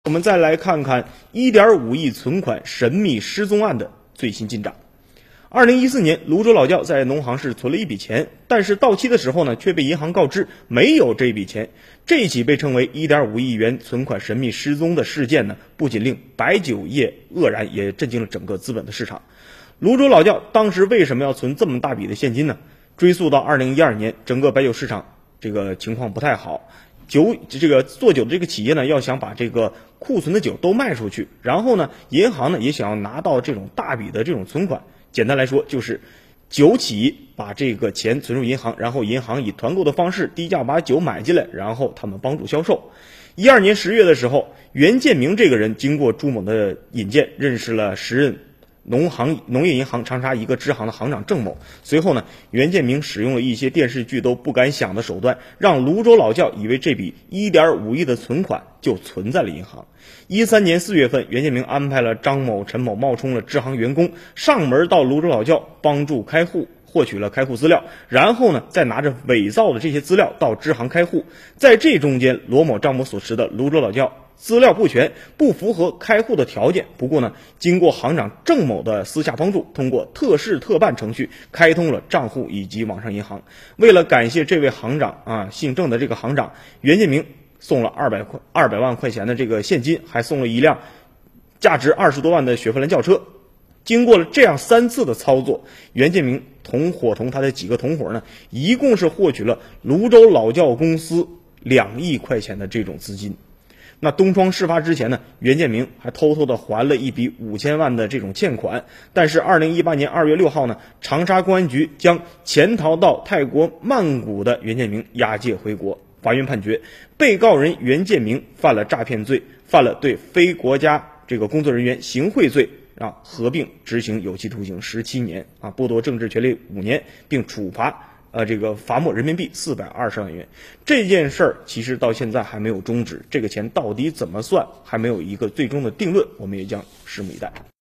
我们再来看看 1.5 亿存款神秘失踪案的最新进展。2014年，泸州老窖在农行是存了一笔钱，但是到期的时候呢，却被银行告知没有这笔钱。这起被称为 1.5 亿元存款神秘失踪的事件呢，不仅令白酒业愕然，也震惊了整个资本的市场。泸州老窖当时为什么要存这么大笔的现金呢？追溯到2012年，整个白酒市场这个情况不太好，做酒的这个企业呢，要想把这个库存的酒都卖出去，然后呢，银行呢也想要拿到这种大笔的这种存款。简单来说，就是酒企把这个钱存入银行，然后银行以团购的方式低价把酒买进来，然后他们帮助销售。12年10月的时候，袁建明这个人经过朱某的引荐，认识了时任农业银行长沙一个支行的行长郑某。随后呢，袁建明使用了一些电视剧都不敢想的手段，让泸州老窖以为这笔 1.5 亿的存款就存在了银行。13年4月份，袁建明安排了张某、陈某冒充了支行员工，上门到泸州老窖帮助开户，获取了开户资料，然后呢，再拿着伪造的这些资料到支行开户。在这中间，罗某、张某所持的泸州老窖资料不全，不符合开户的条件。不过呢，经过行长郑某的私下帮助，通过特事特办程序开通了账户以及网上银行。为了感谢这位行长姓郑的这个行长，袁建明送了200万块钱的这个现金，还送了一辆价值20多万的雪佛兰轿车。经过了这样3次的操作，袁建明伙同他的几个同伙呢，一共是获取了泸州老窖公司2亿块钱的这种资金。那东窗事发之前呢，袁建明还偷偷的还了一笔5000万的这种欠款。但是2018年2月6号呢，长沙公安局将潜逃到泰国曼谷的袁建明押解回国。法院判决，被告人袁建明犯了诈骗罪，犯了对非国家这个工作人员行贿罪，合并执行有期徒刑17年，剥夺政治权利5年，并处罚罚没人民币420万元。这件事儿其实到现在还没有终止，这个钱到底怎么算，还没有一个最终的定论，我们也将拭目以待。